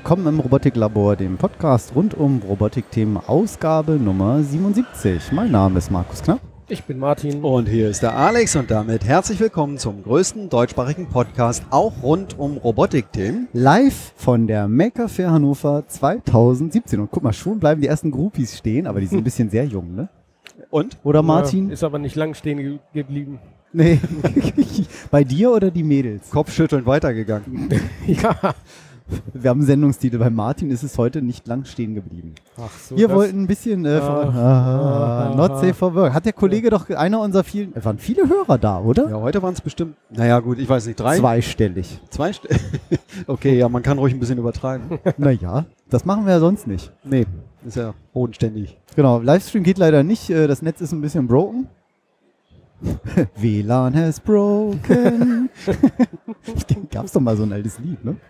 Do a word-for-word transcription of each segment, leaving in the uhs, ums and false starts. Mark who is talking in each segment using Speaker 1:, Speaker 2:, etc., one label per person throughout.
Speaker 1: willkommen im Robotiklabor, dem Podcast rund um Robotikthemen, Ausgabe Nummer siebenundsiebzig. Mein Name ist Markus Knapp.
Speaker 2: Ich bin Martin.
Speaker 3: Und hier ist der Alex und damit herzlich willkommen zum größten deutschsprachigen Podcast, auch rund um Robotikthemen.
Speaker 1: Live von der Maker Faire Hannover zweitausendsiebzehn. Und guck mal, schon bleiben die ersten Groupies stehen, aber die sind ein bisschen sehr jung, ne?
Speaker 3: Und?
Speaker 1: Oder Martin?
Speaker 2: Ja, ist aber nicht lang stehen ge- geblieben.
Speaker 1: Nee. Bei dir oder die Mädels?
Speaker 3: Kopfschüttelnd weitergegangen.
Speaker 2: Ja.
Speaker 1: Wir haben einen Sendungstitel. Bei Martin ist es heute nicht lang stehen geblieben.
Speaker 2: Ach so.
Speaker 1: Wir
Speaker 2: das-
Speaker 1: wollten ein bisschen äh,
Speaker 2: Ah,
Speaker 1: ah,
Speaker 2: ah,
Speaker 1: not
Speaker 2: ah.
Speaker 1: safe for work. Hat der Kollege doch einer unserer vielen, es waren viele Hörer da, oder?
Speaker 3: Ja, heute waren es bestimmt, naja gut, ich weiß nicht, drei?
Speaker 1: Zweistellig.
Speaker 3: Zwei St- Okay, ja, man kann ruhig ein bisschen übertreiben.
Speaker 1: Naja, das machen wir ja sonst nicht.
Speaker 3: Nee, ist ja bodenständig.
Speaker 1: Genau, Livestream geht leider nicht. äh, Das Netz ist ein bisschen broken. W L A N has broken. Gab's doch mal so ein altes Lied, ne?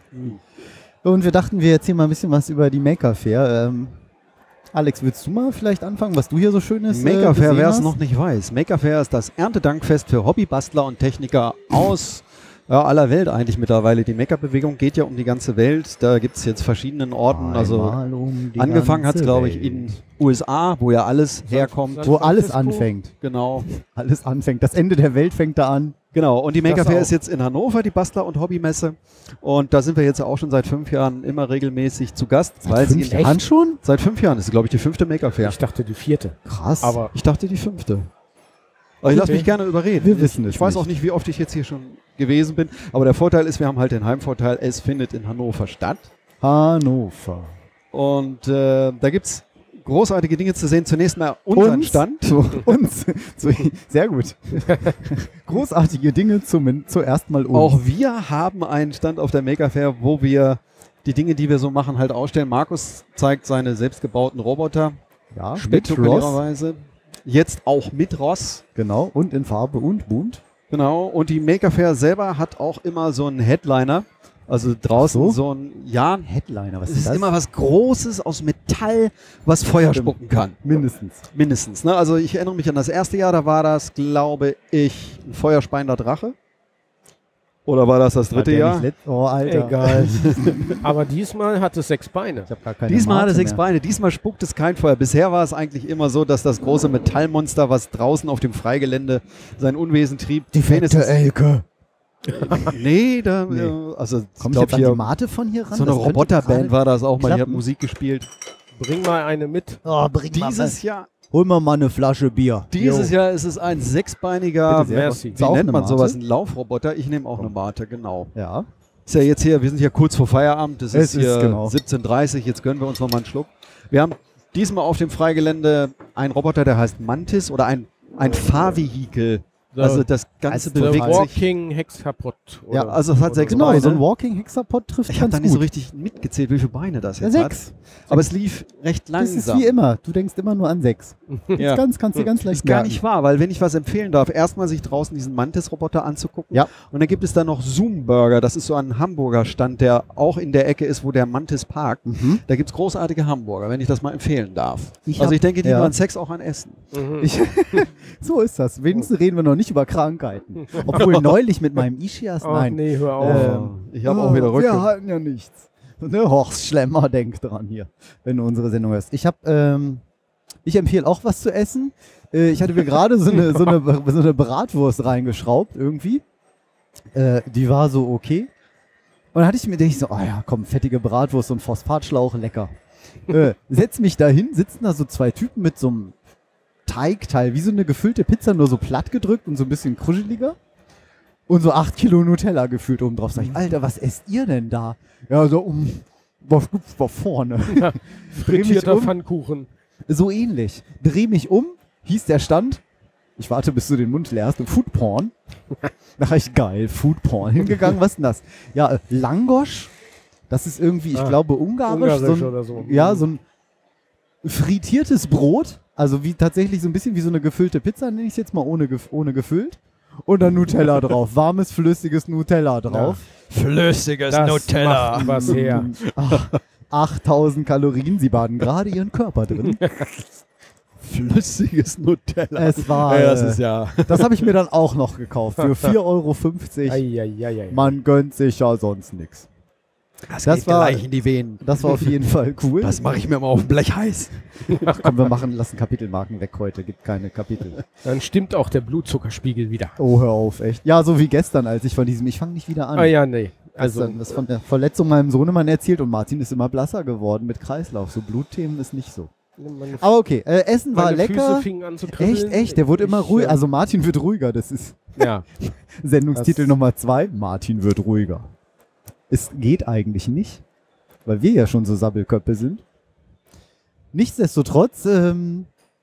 Speaker 1: Und wir dachten, wir erzählen mal ein bisschen was über die Maker Faire. Ähm, Alex, willst du mal vielleicht anfangen, was du hier so Schönes äh,
Speaker 3: Maker Faire,
Speaker 1: gesehen
Speaker 3: wer es
Speaker 1: hast?
Speaker 3: noch nicht weiß. Maker Faire ist das Erntedankfest für Hobbybastler und Techniker aus ja, aller Welt eigentlich mittlerweile. Die Maker-Bewegung geht ja um die ganze Welt. Da gibt es jetzt verschiedenen Orten. Also
Speaker 1: Einmal um die
Speaker 3: angefangen hat es,
Speaker 1: ganze
Speaker 3: glaube ich,
Speaker 1: Welt.
Speaker 3: in U S A, wo ja alles herkommt.
Speaker 2: San
Speaker 1: Wo alles
Speaker 2: Francisco?
Speaker 1: anfängt.
Speaker 3: Genau.
Speaker 1: Alles anfängt. Das Ende der Welt fängt da an.
Speaker 3: Genau, und die Maker
Speaker 1: Das
Speaker 3: Faire
Speaker 1: auch.
Speaker 3: ist jetzt in Hannover, die Bastler- und Hobbymesse. Und da sind wir jetzt auch schon seit fünf Jahren immer regelmäßig zu Gast. weil sie
Speaker 1: Fünf
Speaker 3: in-
Speaker 1: Jahren schon?
Speaker 3: Seit fünf Jahren ist es, glaube ich, die fünfte Maker Faire.
Speaker 2: Ich dachte die vierte.
Speaker 1: Krass.
Speaker 2: Aber
Speaker 3: Ich dachte die fünfte. Aber ich lasse
Speaker 2: Okay.
Speaker 3: mich gerne überreden.
Speaker 1: Wir wissen es
Speaker 3: Ich weiß
Speaker 1: nicht.
Speaker 3: auch nicht, wie oft ich jetzt hier schon gewesen bin. Aber der Vorteil ist, wir haben halt den Heimvorteil, es findet in Hannover statt.
Speaker 1: Hannover.
Speaker 3: Und äh, da gibt es großartige Dinge zu sehen. Zunächst mal unseren
Speaker 1: Uns?
Speaker 3: Stand.
Speaker 1: Zu uns. Zu, sehr gut. Großartige Dinge zum, zuerst mal uns.
Speaker 3: Auch wir haben einen Stand auf der Maker Faire, wo wir die Dinge, die wir so machen, halt ausstellen. Markus zeigt seine selbstgebauten Roboter,
Speaker 1: ja, mit Ross.
Speaker 3: spektakulärerweise. Jetzt auch mit Ross.
Speaker 1: Genau. Und in Farbe und bunt.
Speaker 3: Genau. Und die Maker Faire selber hat auch immer so einen Headliner. Also draußen
Speaker 1: Ach
Speaker 3: so?
Speaker 1: so?
Speaker 3: ein, ja,
Speaker 1: Headliner, was
Speaker 3: es
Speaker 1: ist
Speaker 3: ist
Speaker 1: das?
Speaker 3: immer was Großes aus Metall, was Feuer
Speaker 1: Stimmt.
Speaker 3: spucken kann.
Speaker 1: Mindestens.
Speaker 3: Mindestens. Ne? Also ich erinnere mich an das erste Jahr, da war das, glaube ich, ein feuerspeiender Drache. Oder war das das dritte
Speaker 1: Hat der
Speaker 3: Jahr?
Speaker 1: nicht let- oh, Alter.
Speaker 2: egal. Aber diesmal hat es sechs Beine.
Speaker 1: Ich hab gar keine
Speaker 3: Diesmal hat
Speaker 1: Mate
Speaker 3: es sechs
Speaker 1: mehr.
Speaker 3: Beine, diesmal spuckt es kein Feuer. Bisher war es eigentlich immer so, dass das große Metallmonster, was draußen auf dem Freigelände sein Unwesen trieb,
Speaker 1: Die fette Elke.
Speaker 3: Nee, da,
Speaker 1: Nee.
Speaker 3: äh, also ich
Speaker 1: Kommt
Speaker 3: glaube
Speaker 1: jetzt an die
Speaker 3: hier,
Speaker 1: Mate von hier ran?
Speaker 3: so eine
Speaker 1: Das könnte
Speaker 3: Roboterband
Speaker 1: gerade-
Speaker 3: war das auch mal, die hat
Speaker 1: klappen.
Speaker 3: Musik gespielt.
Speaker 2: Bring mal eine mit.
Speaker 1: Oh, bring mal
Speaker 3: Dieses
Speaker 1: was.
Speaker 3: Jahr,
Speaker 1: Hol mal mal eine Flasche Bier.
Speaker 3: dieses Jahr ist es ein sechsbeiniger,
Speaker 1: Bitte sehr.
Speaker 2: Merci.
Speaker 1: Ist
Speaker 3: wie
Speaker 1: auch
Speaker 3: nennt
Speaker 1: eine
Speaker 3: man
Speaker 1: Mate?
Speaker 3: sowas, ein Laufroboter? Ich nehme auch eine Mate, genau.
Speaker 1: Ja.
Speaker 3: Ist ja jetzt hier, wir sind hier kurz vor Feierabend, das
Speaker 1: Es
Speaker 3: ist hier
Speaker 1: ist genau.
Speaker 3: siebzehn Uhr dreißig, jetzt gönnen wir uns noch mal einen Schluck. Wir haben diesmal auf dem Freigelände einen Roboter, der heißt Mantis oder ein, ein Fahrvehikel.
Speaker 2: The,
Speaker 3: Also das Ganze
Speaker 1: Also
Speaker 2: the
Speaker 3: bewegt sich.
Speaker 2: Walking Hexapod.
Speaker 3: Ja, also es hat sechs
Speaker 1: Genau,
Speaker 3: Beine.
Speaker 1: so ein Walking Hexapod trifft
Speaker 3: Ich habe
Speaker 1: ganz
Speaker 3: da nicht so
Speaker 1: gut.
Speaker 3: richtig mitgezählt, wie viele Beine das
Speaker 1: Ja,
Speaker 3: jetzt hat.
Speaker 1: sechs.
Speaker 3: Aber es lief recht
Speaker 1: Das
Speaker 3: langsam.
Speaker 1: ist wie immer. Du denkst immer nur an sechs.
Speaker 3: Ja.
Speaker 1: Ganz, kannst du ganz leicht
Speaker 3: Ist gar
Speaker 1: merken.
Speaker 3: nicht wahr, weil wenn ich was empfehlen darf, erstmal sich draußen diesen Mantis-Roboter anzugucken.
Speaker 1: Ja.
Speaker 3: Und dann gibt es da noch Zoom Burger, das ist so ein Hamburger Stand, der auch in der Ecke ist, wo der Mantis parkt.
Speaker 1: Mhm.
Speaker 3: Da gibt es großartige Hamburger, wenn ich das mal empfehlen darf.
Speaker 1: Ich
Speaker 3: also
Speaker 1: hab-
Speaker 3: ich denke, die
Speaker 1: ja.
Speaker 3: waren Sex auch an Essen.
Speaker 2: Mhm.
Speaker 1: Ich, so ist das. Wenigstens reden wir noch nicht über Krankheiten. Obwohl neulich mit meinem Ischias,
Speaker 2: Ach
Speaker 1: nein.
Speaker 2: nee, hör auf.
Speaker 1: Ähm,
Speaker 3: ich habe
Speaker 1: oh,
Speaker 3: auch wieder
Speaker 1: Wir
Speaker 3: Rücken.
Speaker 1: hatten ja nichts. Ne, Horst Schlemmer, denk dran hier, wenn du unsere Sendung hörst. Ich habe, ähm, ich empfehle auch was zu essen. Äh, ich hatte mir gerade so eine, so, eine, so eine Bratwurst reingeschraubt irgendwie. Äh, die war so okay. Und dann hatte ich mir gedacht, so, oh ja, komm, fettige Bratwurst und Phosphatschlauch, lecker. äh, setz mich da hin, sitzen da so zwei Typen mit so einem Teigteil, wie so eine gefüllte Pizza, nur so platt gedrückt und so ein bisschen kruscheliger. Und so acht Kilo Nutella gefühlt oben drauf. Sag ich, Alter, was esst ihr denn da? Ja, so, um, was gibt's da vorne? Dreh mich
Speaker 2: Frittierter
Speaker 1: um.
Speaker 2: Pfannkuchen.
Speaker 1: So ähnlich. Dreh mich um, hieß der Stand. Ich warte, bis du den Mund leer hast. Food Porn. Da hab ich geil, Food Porn. Hingegangen, was ist denn das? Ja, äh, Langosch. Das ist irgendwie, ich
Speaker 2: Ah,
Speaker 1: glaube, ungarisch.
Speaker 2: Ungarisch
Speaker 1: so ein,
Speaker 2: oder so.
Speaker 1: Ja, so ein frittiertes Brot. Also wie tatsächlich so ein bisschen wie so eine gefüllte Pizza, nenne ich es jetzt mal ohne, gef ohne gefüllt. Und dann Nutella drauf. Warmes, flüssiges Nutella drauf.
Speaker 3: Flüssiges
Speaker 2: Das macht was her.
Speaker 1: Ach, achttausend Kalorien. Sie baden gerade ihren Körper drin.
Speaker 3: Flüssiges Nutella.
Speaker 1: Es war,
Speaker 3: ja, das
Speaker 1: äh,
Speaker 3: ist ja.
Speaker 1: Das habe ich mir dann auch noch gekauft. Für vier Euro fünfzig.
Speaker 2: Eieiei.
Speaker 1: Man gönnt sich ja sonst nichts.
Speaker 3: Das,
Speaker 1: Das
Speaker 3: geht
Speaker 1: war-
Speaker 3: gleich in die Venen.
Speaker 1: Das war auf jeden Fall cool.
Speaker 3: Das mache ich mir mal auf dem Blech heiß.
Speaker 1: Ach komm, wir machen, lassen Kapitelmarken weg heute. Gibt keine Kapitel.
Speaker 2: Dann stimmt auch der Blutzuckerspiegel wieder.
Speaker 1: Oh, hör auf, echt. Ja, so wie gestern, als ich von diesem, ich fange nicht wieder an.
Speaker 2: Ah ja, nee. Also,
Speaker 1: Also, das von der Verletzung meinem Sohnemann erzählt und Martin ist immer blasser geworden mit Kreislauf. So Blutthemen ist nicht so.
Speaker 2: meine,
Speaker 1: Aber okay, äh, Essen war
Speaker 2: meine
Speaker 1: lecker.
Speaker 2: Füße fingen an zu kribbeln.
Speaker 1: Echt, echt, der wurde immer
Speaker 2: Ich,
Speaker 1: ruhiger.
Speaker 2: äh,
Speaker 1: Also Martin wird ruhiger, das ist
Speaker 2: Ja,
Speaker 1: Sendungstitel
Speaker 2: Das-
Speaker 1: Nummer zwei. Martin wird ruhiger. Es geht eigentlich nicht, weil wir ja schon so Sabbelköppe sind. Nichtsdestotrotz, ähm,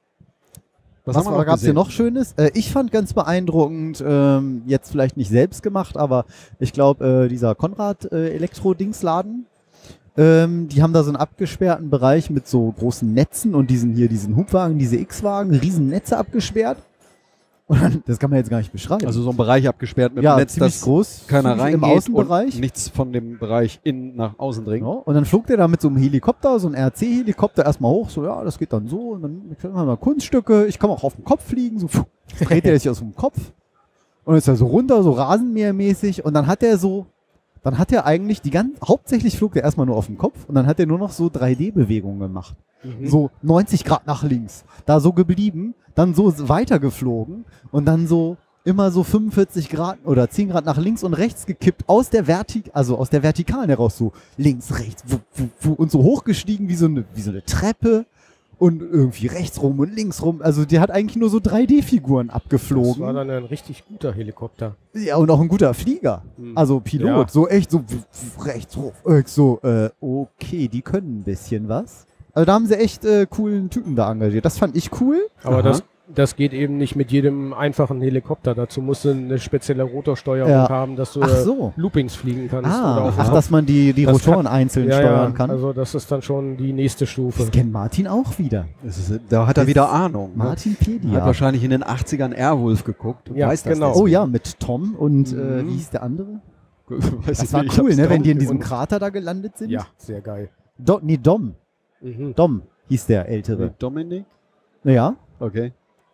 Speaker 1: was,
Speaker 3: haben wir
Speaker 1: was
Speaker 3: noch
Speaker 1: gab es hier
Speaker 3: gesehen?
Speaker 1: noch Schönes? Äh, ich fand ganz beeindruckend, ähm, jetzt vielleicht nicht selbst gemacht, aber ich glaube, äh, dieser Konrad äh, Elektro-Dingsladen, ähm, die haben da so einen abgesperrten Bereich mit so großen Netzen und diesen hier, diesen Hubwagen, diese X-Wagen, riesen Netze abgesperrt. Und dann, das kann man jetzt gar nicht beschreiben.
Speaker 3: Also so ein Bereich abgesperrt mit
Speaker 1: ja,
Speaker 3: dem Netz,
Speaker 1: ziemlich
Speaker 3: dass
Speaker 1: groß,
Speaker 3: keiner
Speaker 1: ziemlich
Speaker 3: reingeht
Speaker 1: im Außenbereich.
Speaker 3: und nichts von dem Bereich innen nach außen dringt.
Speaker 1: Ja, und dann flog der da mit so einem Helikopter, so ein R C-Helikopter erstmal hoch, so ja, das geht dann so und dann können wir mal Kunststücke, ich kann auch auf dem Kopf fliegen, so pfuh, dreht er sich aus dem Kopf und dann ist er so runter, so Rasenmähermäßig und dann hat er so, dann hat er eigentlich die ganze, hauptsächlich flog der erstmal nur auf dem Kopf und dann hat er nur noch so drei D-Bewegungen gemacht.
Speaker 2: mhm.
Speaker 1: So neunzig Grad nach links, da so geblieben, dann so weitergeflogen und dann so immer so fünfundvierzig Grad oder zehn Grad nach links und rechts gekippt, aus der Vertik, also aus der Vertikalen heraus, so links, rechts, wupp, wupp, wupp, und so hochgestiegen wie so eine, wie so eine Treppe und irgendwie rechts rum und links rum. Also der hat eigentlich nur so drei D-Figuren
Speaker 2: Das war
Speaker 1: abgeflogen.
Speaker 2: dann ein richtig guter Helikopter.
Speaker 1: Ja, und auch ein guter Flieger.
Speaker 2: Hm.
Speaker 1: Also Pilot,
Speaker 2: Ja.
Speaker 1: so echt so wupp, wupp, rechts, hoch, äh, so, äh, okay, die können ein bisschen was. Also da haben sie echt äh, coolen Typen da engagiert. Das fand ich cool.
Speaker 2: Aber
Speaker 3: Aha.
Speaker 2: das, das geht eben nicht mit jedem einfachen Helikopter. Dazu musst du eine spezielle Rotorsteuerung
Speaker 1: Ja.
Speaker 2: haben, dass du
Speaker 1: Ach
Speaker 2: äh,
Speaker 1: so.
Speaker 2: Loopings fliegen kannst. oder
Speaker 1: Ah,
Speaker 2: auf
Speaker 1: ach,
Speaker 2: dem
Speaker 1: dass man die, die
Speaker 2: Das
Speaker 1: Rotoren
Speaker 2: kann-
Speaker 1: einzeln
Speaker 2: ja,
Speaker 1: steuern
Speaker 2: ja,
Speaker 1: kann.
Speaker 2: Also das ist dann schon die nächste Stufe.
Speaker 1: Das kennt Martin auch wieder.
Speaker 3: Das ist, da hat er
Speaker 1: Das-
Speaker 3: wieder Ahnung. Ne?
Speaker 1: Martin
Speaker 3: Hat
Speaker 1: Pedia.
Speaker 3: wahrscheinlich in den achtzigern Airwolf geguckt und
Speaker 2: Ja,
Speaker 3: weiß das
Speaker 2: genau.
Speaker 3: deswegen.
Speaker 1: Oh ja, mit Tom und äh,
Speaker 2: Mhm.
Speaker 1: wie hieß der andere?
Speaker 3: Weiß
Speaker 1: Das
Speaker 3: ich
Speaker 1: war
Speaker 3: nicht, ich
Speaker 1: cool,
Speaker 3: hab's
Speaker 1: ne,
Speaker 3: da
Speaker 1: wenn die in
Speaker 3: auch-
Speaker 1: diesem
Speaker 2: und-
Speaker 1: Krater da gelandet sind.
Speaker 2: Ja, sehr geil.
Speaker 1: Do, nee, Dom.
Speaker 2: Mhm.
Speaker 1: Dom hieß der Ältere.
Speaker 3: Mit Dominik?
Speaker 1: Ja,
Speaker 3: Okay.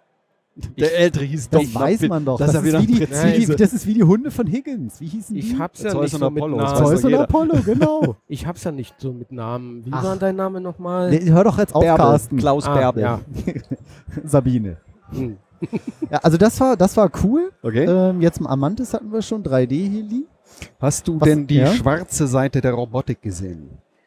Speaker 3: Der Ältere hieß
Speaker 1: das
Speaker 3: Dom.
Speaker 1: weiß man doch.
Speaker 3: Das ist ja
Speaker 1: ist
Speaker 3: wieder
Speaker 1: wie die,
Speaker 3: präzise.
Speaker 1: wie die, das ist wie die Hunde von Higgins. Wie hießen die?
Speaker 2: Ich hab's ja
Speaker 3: Zeus
Speaker 2: nicht
Speaker 3: und
Speaker 2: so mit
Speaker 3: Apollo, das weiß
Speaker 2: Namen.
Speaker 1: Zeus
Speaker 3: doch
Speaker 1: und
Speaker 3: jeder.
Speaker 1: Apollo, genau.
Speaker 2: Ich hab's ja nicht so mit Namen. Wie
Speaker 1: Ach.
Speaker 2: war dein Name nochmal?
Speaker 1: Nee, hör doch jetzt auf,
Speaker 3: Bärbel.
Speaker 1: Carsten.
Speaker 3: Klaus
Speaker 2: Ah,
Speaker 3: Bärbel.
Speaker 2: ja.
Speaker 1: Sabine.
Speaker 2: Hm.
Speaker 1: Ja, also das war, das war cool.
Speaker 3: Okay.
Speaker 1: Ähm, jetzt im Amantis hatten wir schon drei D-Heli.
Speaker 3: Hast du
Speaker 1: Was-
Speaker 3: denn die
Speaker 1: ja?
Speaker 3: schwarze Seite der Robotik gesehen?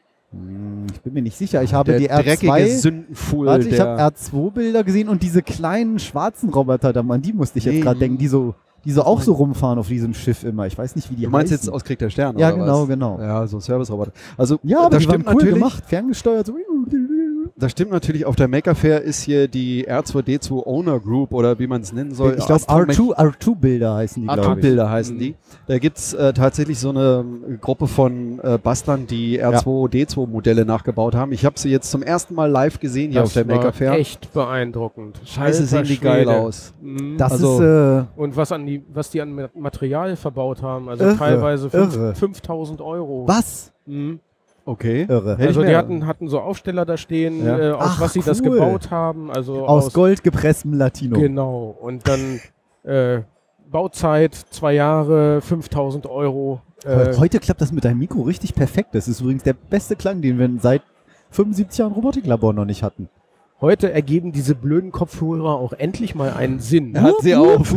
Speaker 1: Hm, Ich bin mir nicht sicher. Ich habe
Speaker 3: der
Speaker 1: die R
Speaker 3: dreckige
Speaker 1: zwei.
Speaker 3: Sündenfuhl.
Speaker 1: Warte, ich
Speaker 3: der
Speaker 1: habe R zwei Bilder gesehen und diese kleinen schwarzen Roboter, da, an die musste ich jetzt
Speaker 3: Nee.
Speaker 1: gerade denken, die so, die so auch so rumfahren auf diesem Schiff immer. Ich weiß nicht, wie die
Speaker 3: du meinst
Speaker 1: heißen.
Speaker 3: jetzt aus Krieg der Sterne?
Speaker 1: Ja,
Speaker 3: oder
Speaker 1: genau,
Speaker 3: was?
Speaker 1: genau.
Speaker 3: Ja, so Service-Roboter. Also,
Speaker 1: Ja, aber
Speaker 3: das
Speaker 1: die waren
Speaker 3: stimmt
Speaker 1: cool
Speaker 3: natürlich.
Speaker 1: gemacht, ferngesteuert. So.
Speaker 3: Das stimmt natürlich. Auf der Maker Fair ist hier die R zwei D zwei Owner Group oder wie man es nennen soll.
Speaker 1: Ich glaube, R zwei, R zwei Bilder heißen die,
Speaker 3: R
Speaker 1: glaube
Speaker 3: zwei
Speaker 1: ich.
Speaker 3: Bilder heißen
Speaker 2: Mhm.
Speaker 3: die. Da gibt es äh, tatsächlich so eine äh, Gruppe von äh, Bastlern, die R zwei D zwei Modelle nachgebaut haben. Ich habe sie jetzt zum ersten Mal live gesehen hier
Speaker 2: Das
Speaker 3: auf der
Speaker 2: war
Speaker 3: Maker Fair.
Speaker 2: echt beeindruckend.
Speaker 3: Scheiße,
Speaker 2: Alter
Speaker 3: sehen die
Speaker 2: Schwede.
Speaker 3: geil aus.
Speaker 2: Mhm.
Speaker 1: Das
Speaker 3: Also-
Speaker 1: ist, äh,
Speaker 2: Und was, an die, was die an Ma- Material verbaut haben, also
Speaker 1: Irre,
Speaker 2: teilweise fünf-
Speaker 1: irre.
Speaker 2: fünftausend Euro.
Speaker 1: was?
Speaker 2: Mhm.
Speaker 3: Okay.
Speaker 1: Irre.
Speaker 3: Hätte ich
Speaker 2: Also
Speaker 3: mir-
Speaker 2: die hatten, hatten so Aufsteller da stehen,
Speaker 3: Ja.
Speaker 2: äh, aus
Speaker 1: Ach,
Speaker 2: was sie das
Speaker 1: cool.
Speaker 2: gebaut haben. Also
Speaker 1: Aus Gold gepresstem Latino.
Speaker 2: Genau. Und dann äh, Bauzeit, zwei Jahre, fünftausend Euro. Äh,
Speaker 1: Heu- Heute klappt das mit deinem Mikro richtig perfekt. Das ist übrigens der beste Klang, den wir seit fünfundsiebzig Jahren Robotiklabor noch nicht hatten.
Speaker 2: heute ergeben diese blöden Kopfhörer auch endlich mal einen Sinn.
Speaker 3: Er hat sie auf.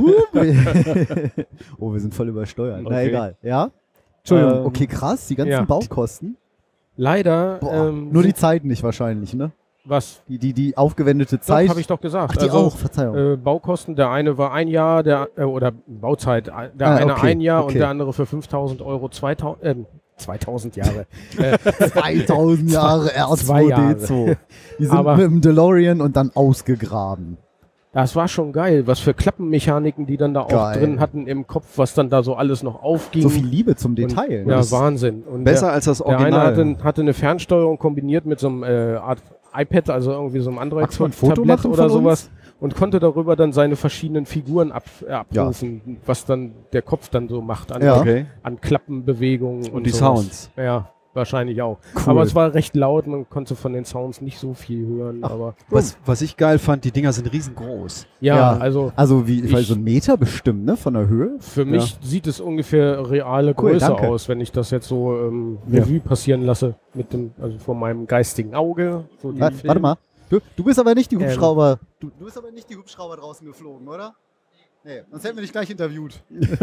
Speaker 1: Oh, wir sind voll übersteuert. Na
Speaker 3: Okay.
Speaker 1: egal. Ja? Entschuldigung.
Speaker 3: Ähm,
Speaker 1: Okay, krass. Die ganzen
Speaker 2: ja.
Speaker 1: Baukosten.
Speaker 2: Leider.
Speaker 1: Boah,
Speaker 2: Ähm,
Speaker 1: nur die
Speaker 2: sind-
Speaker 1: Zeit nicht wahrscheinlich, ne?
Speaker 2: Was?
Speaker 1: Die, die, die aufgewendete
Speaker 2: Doch,
Speaker 1: Zeit.
Speaker 2: habe ich doch gesagt.
Speaker 1: Ach, die
Speaker 2: also,
Speaker 1: auch, Verzeihung.
Speaker 2: Äh, Baukosten, der eine war ein Jahr, der äh, oder Bauzeit, äh, der
Speaker 1: Ah,
Speaker 2: eine
Speaker 1: okay,
Speaker 2: ein Jahr
Speaker 1: okay.
Speaker 2: und der andere für fünftausend Euro zweitausend, ähm, zweitausend Jahre. äh,
Speaker 1: zweitausend Jahre R
Speaker 2: zwei
Speaker 1: zwei
Speaker 2: Jahre.
Speaker 1: D zwei. Die sind
Speaker 2: Aber-
Speaker 1: mit dem DeLorean und dann ausgegraben.
Speaker 2: Das war schon geil, was für Klappenmechaniken die dann da auch
Speaker 1: Geil.
Speaker 2: drin hatten im Kopf, was dann da so alles noch aufging.
Speaker 1: So viel Liebe zum
Speaker 2: Und-
Speaker 1: Detail.
Speaker 2: Ja,
Speaker 1: Das-
Speaker 2: Wahnsinn. Und
Speaker 3: Besser
Speaker 2: der,
Speaker 3: als das
Speaker 2: der eine
Speaker 3: Original.
Speaker 2: hatte, hatte eine Fernsteuerung kombiniert mit so einem äh, Art iPad, also irgendwie so einem
Speaker 1: Magst du ein Foto
Speaker 2: Android-Tablet
Speaker 1: machen
Speaker 2: oder
Speaker 1: von uns?
Speaker 2: sowas und konnte darüber dann seine verschiedenen Figuren ab, äh, abrufen, was dann der Kopf dann so macht an,
Speaker 1: Ja.
Speaker 3: Okay.
Speaker 2: an Klappenbewegungen und,
Speaker 3: Und die
Speaker 2: sowas.
Speaker 3: Sounds.
Speaker 2: Ja, wahrscheinlich auch.
Speaker 1: Cool.
Speaker 2: Aber es war recht laut, man konnte von den Sounds nicht so viel hören.
Speaker 3: Ach,
Speaker 2: aber
Speaker 3: Was, was ich geil fand, die Dinger sind riesengroß.
Speaker 2: ja,
Speaker 1: Ja.
Speaker 2: also
Speaker 1: Also wie, ich weiß,
Speaker 2: Ich-
Speaker 1: so ein Meter bestimmt, ne, von der Höhe.
Speaker 2: für mich sieht es ungefähr reale
Speaker 1: Cool,
Speaker 2: Größe
Speaker 1: danke.
Speaker 2: aus, wenn ich das jetzt so ähm,
Speaker 1: Ja.
Speaker 2: Revue passieren lasse, mit dem, also von meinem geistigen Auge. So den
Speaker 1: Wa-
Speaker 2: Film.
Speaker 1: Warte mal, du, du bist aber nicht die
Speaker 2: Ähm.
Speaker 1: Hubschrauber. Du, du bist aber nicht die Hubschrauber draußen geflogen, oder? Nee, sonst hätten wir dich gleich interviewt.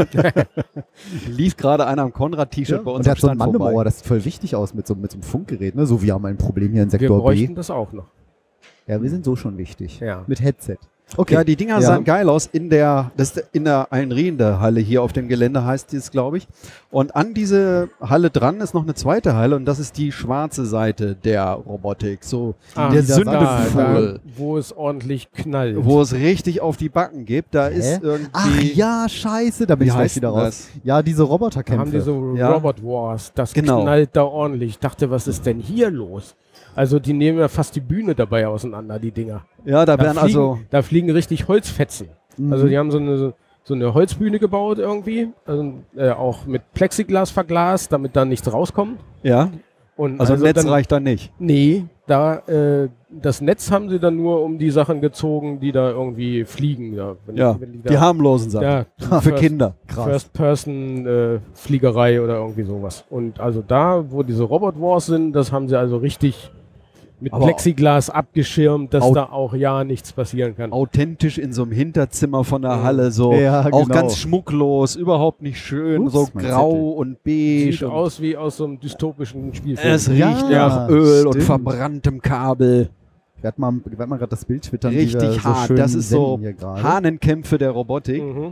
Speaker 3: Lief gerade einer am Konrad-T-Shirt bei uns
Speaker 1: Und der
Speaker 3: am
Speaker 1: hat so einen
Speaker 3: Stand
Speaker 1: Mann im
Speaker 3: vorbei.
Speaker 1: Ohr, das sieht voll wichtig aus mit so, mit so einem Funkgerät, ne? So, wir haben ein Problem hier in
Speaker 2: Wir
Speaker 1: Sektor
Speaker 2: bräuchten
Speaker 1: B.
Speaker 2: das auch noch.
Speaker 1: Ja, wir sind so schon wichtig.
Speaker 2: Ja.
Speaker 1: Mit Headset. Okay.
Speaker 3: Ja, die Dinger
Speaker 1: Ja.
Speaker 3: sahen geil aus in der, das ist in der Einriede-Halle hier auf dem Gelände, heißt die es, glaube ich. Und an diese Halle dran ist noch eine zweite Halle und das ist die schwarze Seite der Robotik. So
Speaker 2: Ah,
Speaker 3: der
Speaker 1: da-
Speaker 2: da,
Speaker 3: Sündenfuhl,
Speaker 2: da, wo es ordentlich knallt.
Speaker 3: wo es richtig auf die Backen gibt. Da
Speaker 1: Hä?
Speaker 3: ist irgendwie.
Speaker 1: Ach ja, scheiße, da bin
Speaker 3: Wie
Speaker 1: ich gleich
Speaker 3: heißt
Speaker 1: wieder
Speaker 3: denn
Speaker 1: raus.
Speaker 3: das?
Speaker 1: Ja, diese
Speaker 2: Da haben
Speaker 1: Roboterkämpfe.
Speaker 2: die so
Speaker 3: Ja.
Speaker 2: Robot Wars. Das
Speaker 3: Genau.
Speaker 2: knallt da ordentlich. Ich dachte, was ist denn hier los? Also die nehmen ja fast die Bühne dabei auseinander, die Dinger.
Speaker 3: Ja, da
Speaker 2: Da
Speaker 3: werden
Speaker 2: fliegen,
Speaker 3: also.
Speaker 2: da fliegen richtig Holzfetzen.
Speaker 1: Mhm.
Speaker 2: Also die haben so eine, so eine Holzbühne gebaut irgendwie. Also, äh, auch mit Plexiglas verglast, damit da nichts rauskommt.
Speaker 3: Ja,
Speaker 2: Und
Speaker 3: also, Netz
Speaker 2: dann,
Speaker 3: reicht da nicht.
Speaker 2: Nee, da, äh, das Netz haben sie dann nur um die Sachen gezogen, die da irgendwie fliegen. Ja, wenn,
Speaker 3: Ja,
Speaker 2: wenn die,
Speaker 3: die
Speaker 2: da,
Speaker 3: harmlosen Sachen.
Speaker 2: ja,
Speaker 3: Für
Speaker 2: First-
Speaker 3: Kinder.
Speaker 1: Krass.
Speaker 2: First-Person-Fliegerei oder irgendwie sowas. Und also da, wo diese Robot Wars sind, das haben sie also richtig mit
Speaker 3: Aber
Speaker 2: Plexiglas abgeschirmt, dass
Speaker 3: au-
Speaker 2: da auch ja nichts passieren kann.
Speaker 3: Authentisch in so einem Hinterzimmer von der
Speaker 2: Mhm.
Speaker 3: Halle, so
Speaker 1: Ja,
Speaker 3: auch
Speaker 1: genau.
Speaker 3: ganz schmucklos, überhaupt nicht schön,
Speaker 1: Ups,
Speaker 3: so
Speaker 1: mein
Speaker 3: grau
Speaker 1: Zettel.
Speaker 3: und beige.
Speaker 2: Sieht
Speaker 3: und
Speaker 2: aus wie aus so einem dystopischen Spielfilm.
Speaker 3: es
Speaker 1: Ja,
Speaker 3: riecht nach Öl und
Speaker 1: stimmt.
Speaker 3: verbranntem Kabel.
Speaker 1: Ich werde mal, ich werd mal gerade das Bild twittern. wie wir
Speaker 3: Richtig
Speaker 1: so
Speaker 3: hart.
Speaker 1: schön
Speaker 3: Das ist so
Speaker 1: senden hier gerade.
Speaker 3: Hahnenkämpfe der Robotik.
Speaker 2: Mhm.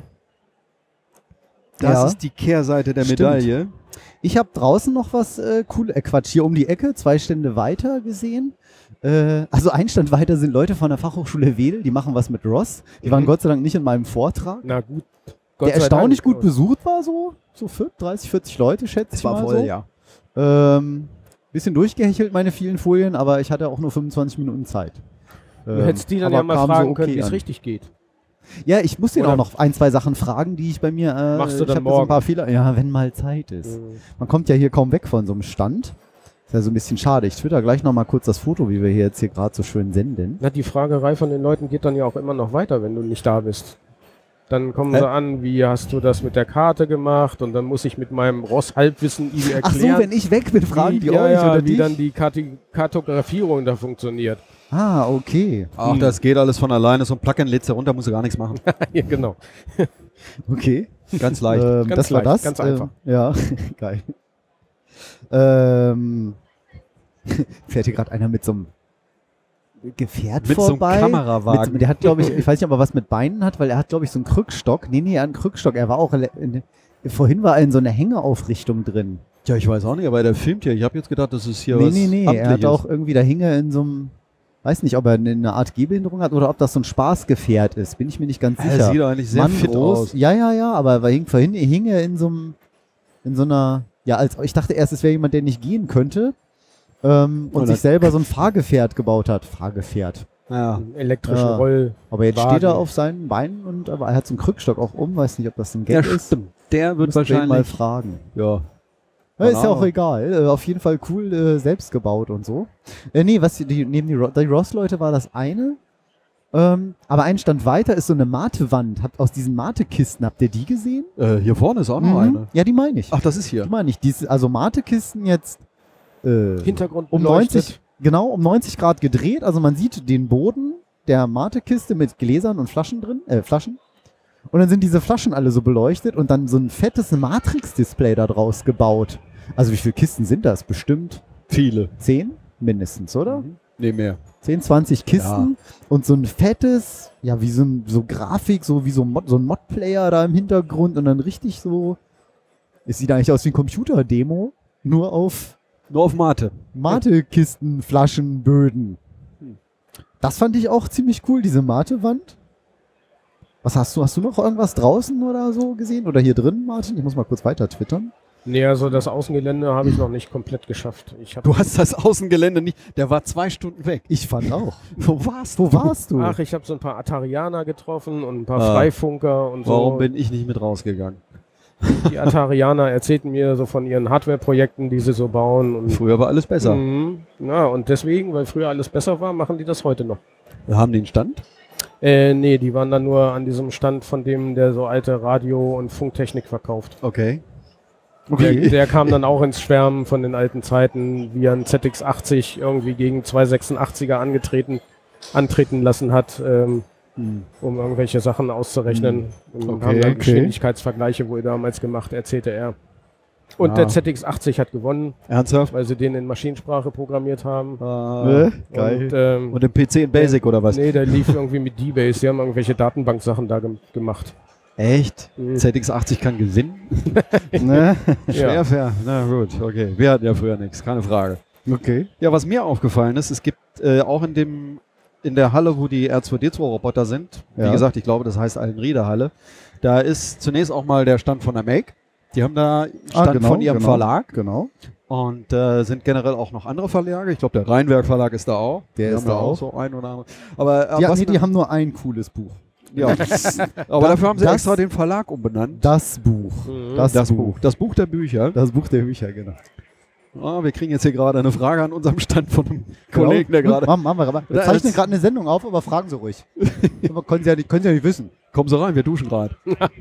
Speaker 3: Das
Speaker 1: Ja.
Speaker 3: ist die Kehrseite der
Speaker 1: Stimmt.
Speaker 3: Medaille.
Speaker 1: Ich habe draußen noch was äh, cool, äh, Quatsch, hier um die Ecke, zwei Stände weiter gesehen. Äh, also ein Stand weiter sind Leute von der Fachhochschule Wedel, die machen was mit Ross. Die waren
Speaker 2: Mhm.
Speaker 1: Gott sei Dank nicht in meinem Vortrag.
Speaker 2: Na gut. Gott
Speaker 1: Der
Speaker 2: sei
Speaker 1: erstaunlich
Speaker 2: Dank.
Speaker 1: gut besucht war, so, so vierzig, dreißig, vierzig Leute, schätze ich mal so.
Speaker 3: ja.
Speaker 1: Ähm, bisschen durchgehechelt, meine vielen Folien, aber ich hatte auch nur fünfundzwanzig Minuten Zeit.
Speaker 2: Du
Speaker 1: Ähm,
Speaker 2: hättest die dann
Speaker 1: aber
Speaker 2: ja mal
Speaker 1: kam so
Speaker 2: fragen
Speaker 1: okay
Speaker 2: können, wie es
Speaker 1: an.
Speaker 2: richtig geht.
Speaker 1: Ja, ich muss den
Speaker 2: Oder-
Speaker 1: auch noch ein, zwei Sachen fragen, die ich bei mir. Äh,
Speaker 2: Machst du
Speaker 1: ich
Speaker 2: dann
Speaker 1: hab da so ein
Speaker 2: morgen?
Speaker 1: paar Fehler. Ja, wenn mal Zeit ist.
Speaker 2: Mhm.
Speaker 1: Man kommt ja hier kaum weg von so einem Stand. Ist ja so ein bisschen schade. Ich twitter gleich noch mal kurz das Foto, wie wir hier jetzt hier gerade so schön senden.
Speaker 2: Na, die Fragerei von den Leuten geht dann ja auch immer noch weiter, wenn du nicht da bist. Dann kommen
Speaker 1: Hä?
Speaker 2: sie an, wie hast du das mit der Karte gemacht? Und dann muss ich mit meinem Ross-Halbwissen ihnen
Speaker 1: Ach
Speaker 2: erklären,
Speaker 1: so, wenn ich weg bin, fragen
Speaker 2: wie,
Speaker 1: die
Speaker 2: ja,
Speaker 1: euch
Speaker 2: ja,
Speaker 1: oder
Speaker 2: wie
Speaker 1: dich?
Speaker 2: dann die Kati- Kartografierung da funktioniert.
Speaker 1: Ah, okay.
Speaker 3: Ach, das geht alles von alleine. So ein Plugin lädst du runter, musst du gar nichts machen.
Speaker 2: Ja, genau.
Speaker 1: Okay.
Speaker 3: Ganz leicht.
Speaker 1: Ähm,
Speaker 2: Ganz
Speaker 1: das war
Speaker 2: leicht,
Speaker 1: das.
Speaker 2: ganz
Speaker 1: ähm,
Speaker 2: einfach.
Speaker 1: Ja, geil. Ähm, fährt hier gerade einer mit so einem Gefährt
Speaker 3: Mit so einem
Speaker 1: vorbei.
Speaker 3: Kamerawagen.
Speaker 1: Mit, der hat, glaube ich, ich weiß nicht, ob er was mit Beinen hat, weil er hat, glaube ich, so einen Krückstock. Nee, nee, einen Krückstock. Er war auch, le- in, vorhin war er in so einer Hängeaufrichtung drin.
Speaker 3: Ja, ich weiß auch nicht, aber der filmt hier. Ich habe jetzt gedacht, das ist hier
Speaker 1: nee,
Speaker 3: was
Speaker 1: nee, nee, er hat
Speaker 3: Amtliches.
Speaker 1: auch irgendwie, da hing er in so einem, weiß nicht, ob er eine Art Gehbehinderung hat oder ob das so ein Spaßgefährt ist. Bin ich mir nicht ganz
Speaker 3: Er
Speaker 1: sicher.
Speaker 3: sieht doch eigentlich sehr
Speaker 1: Mann
Speaker 3: fit
Speaker 1: groß.
Speaker 3: aus.
Speaker 1: Ja, ja, ja, aber er hing, vorhin hing er in so einem, in so einer, ja, als ich dachte erst, es wäre jemand, der nicht gehen könnte ähm, und
Speaker 3: Oder-
Speaker 1: sich selber so ein Fahrgefährt gebaut hat. Fahrgefährt.
Speaker 3: Ja.
Speaker 2: Elektrischen
Speaker 1: Ja.
Speaker 2: Roll.
Speaker 1: Aber jetzt
Speaker 2: Wagen.
Speaker 1: steht er auf seinen Beinen und aber er hat so einen Krückstock auch um, weiß nicht, ob das ein Gag
Speaker 3: Ja,
Speaker 1: ist.
Speaker 3: stimmt. Der wird
Speaker 1: Müssen wir ihn mal
Speaker 3: wahrscheinlich.
Speaker 1: fragen.
Speaker 3: Ja.
Speaker 1: Ja, ist ja
Speaker 3: Keine
Speaker 1: auch
Speaker 3: Ahnung.
Speaker 1: egal. Äh, auf jeden Fall cool äh, selbst gebaut und so. Äh, nee, was die, neben die, Ro die Ross-Leute war das eine. Ähm, aber ein Stand weiter ist so eine Matewand. Habt aus diesen Matekisten, habt ihr die gesehen?
Speaker 3: Äh, hier vorne ist auch noch
Speaker 1: Mhm.
Speaker 3: eine.
Speaker 1: Ja, die meine ich.
Speaker 3: Ach, das ist hier.
Speaker 1: Die meine ich. Diese, also Matekisten jetzt äh,
Speaker 2: Hintergrund
Speaker 1: um
Speaker 2: beleuchtet.
Speaker 1: neunzig, genau, um neunzig Grad gedreht. Also man sieht den Boden der Matekiste mit Gläsern und Flaschen drin, äh, Flaschen. Und dann sind diese Flaschen alle so beleuchtet und dann so ein fettes Matrix-Display da draus gebaut. Also wie viele Kisten sind das? Bestimmt
Speaker 3: Viele.
Speaker 1: zehn mindestens, oder?
Speaker 3: Mhm. Nee, mehr.
Speaker 1: zehn, zwanzig Kisten und so ein fettes, ja, wie so, ein, so Grafik, so wie so, Mod, so ein Mod-Player da im Hintergrund und dann richtig so, es sieht eigentlich aus wie ein Computer-Demo, nur auf
Speaker 3: Nur auf Mate.
Speaker 1: Mate-Kisten, Flaschen, Böden. Das fand ich auch ziemlich cool, diese Mate-Wand. Was hast du? Hast du noch irgendwas draußen oder so gesehen? Oder hier drin, Martin? Ich muss mal kurz weiter twittern.
Speaker 2: Nee, also das Außengelände habe ich noch nicht komplett geschafft. Ich hab,
Speaker 3: Du hast das Außengelände nicht. Der war zwei Stunden weg.
Speaker 1: Ich fand auch.
Speaker 3: Wo warst
Speaker 1: Wo warst du?
Speaker 2: Ach, ich habe so ein paar Atarianer getroffen und ein paar
Speaker 3: Ah.
Speaker 2: Freifunker und so.
Speaker 3: Warum bin ich nicht mit rausgegangen?
Speaker 2: Die Atarianer erzählten mir so von ihren Hardware-Projekten, die sie so bauen. Und
Speaker 3: Früher war alles besser.
Speaker 2: Mhm. Ja, und deswegen, weil früher alles besser war, machen die das heute noch.
Speaker 3: Wir haben den Stand.
Speaker 2: Äh, nee, die waren dann nur an diesem Stand von dem, der so alte Radio- und Funktechnik verkauft.
Speaker 3: Okay.
Speaker 2: Der, der kam dann auch ins Schwärmen von den alten Zeiten, wie er ein Z X achtzig irgendwie gegen zwei sechsundachtziger angetreten, antreten lassen hat, ähm,
Speaker 3: Hm.
Speaker 2: um irgendwelche Sachen auszurechnen. Und
Speaker 3: Okay,
Speaker 2: haben dann
Speaker 3: okay.
Speaker 2: Geschwindigkeitsvergleiche wohl damals gemacht, erzählte er. Und
Speaker 3: Ah.
Speaker 2: der Z X achtzig hat gewonnen,
Speaker 3: Ernsthaft?
Speaker 2: weil sie den in Maschinensprache programmiert haben.
Speaker 3: Äh,
Speaker 1: Geil.
Speaker 2: Und, ähm,
Speaker 3: Und im P C in Basic oder was?
Speaker 2: Nee, der lief irgendwie mit D-Base. Die haben irgendwelche Datenbanksachen da gem gemacht.
Speaker 3: Echt?
Speaker 2: Mhm.
Speaker 3: Z X achtzig kann gewinnen?
Speaker 1: Ne?
Speaker 3: Schwer,
Speaker 2: Ja.
Speaker 3: fair. Na gut, okay. Wir hatten ja früher nichts, keine Frage.
Speaker 1: Okay.
Speaker 3: Ja, was mir aufgefallen ist, es gibt äh, auch in dem in der Halle, wo die R zwei D zwei Roboter sind, wie
Speaker 1: Ja.
Speaker 3: gesagt, ich glaube, das heißt Allenrieder Halle, da ist zunächst auch mal der Stand von der Make. Die haben da einen Stand
Speaker 1: Ah, genau,
Speaker 3: von ihrem
Speaker 1: genau,
Speaker 3: Verlag
Speaker 1: Genau.
Speaker 3: und äh, sind generell auch noch andere Verlage. Ich glaube, der Rheinwerk Verlag ist da auch.
Speaker 1: Der
Speaker 3: die
Speaker 1: ist
Speaker 3: haben
Speaker 1: da
Speaker 3: ja
Speaker 1: auch.
Speaker 3: so ein oder andere. Aber äh,
Speaker 1: Ja,
Speaker 3: was
Speaker 1: nee, die
Speaker 3: mir-
Speaker 1: haben nur ein cooles Buch.
Speaker 3: ja. Aber dafür haben sie
Speaker 1: das-
Speaker 3: extra den Verlag umbenannt.
Speaker 1: Das Buch.
Speaker 2: Mhm.
Speaker 1: Das,
Speaker 3: Das
Speaker 1: Buch.
Speaker 3: Buch. Das Buch der Bücher.
Speaker 1: Das Buch der Bücher, genau.
Speaker 3: Ah, wir kriegen jetzt hier gerade eine Frage an unserem Stand von einem Kollegen, der
Speaker 1: Genau.
Speaker 3: gerade.
Speaker 1: Machen, machen wir, aber wir
Speaker 3: Da
Speaker 1: zeichnen
Speaker 3: ist-
Speaker 1: gerade eine Sendung auf, aber fragen Sie ruhig. aber können Sie, ja nicht, können Sie ja nicht wissen.
Speaker 3: Kommen Sie rein, wir duschen gerade.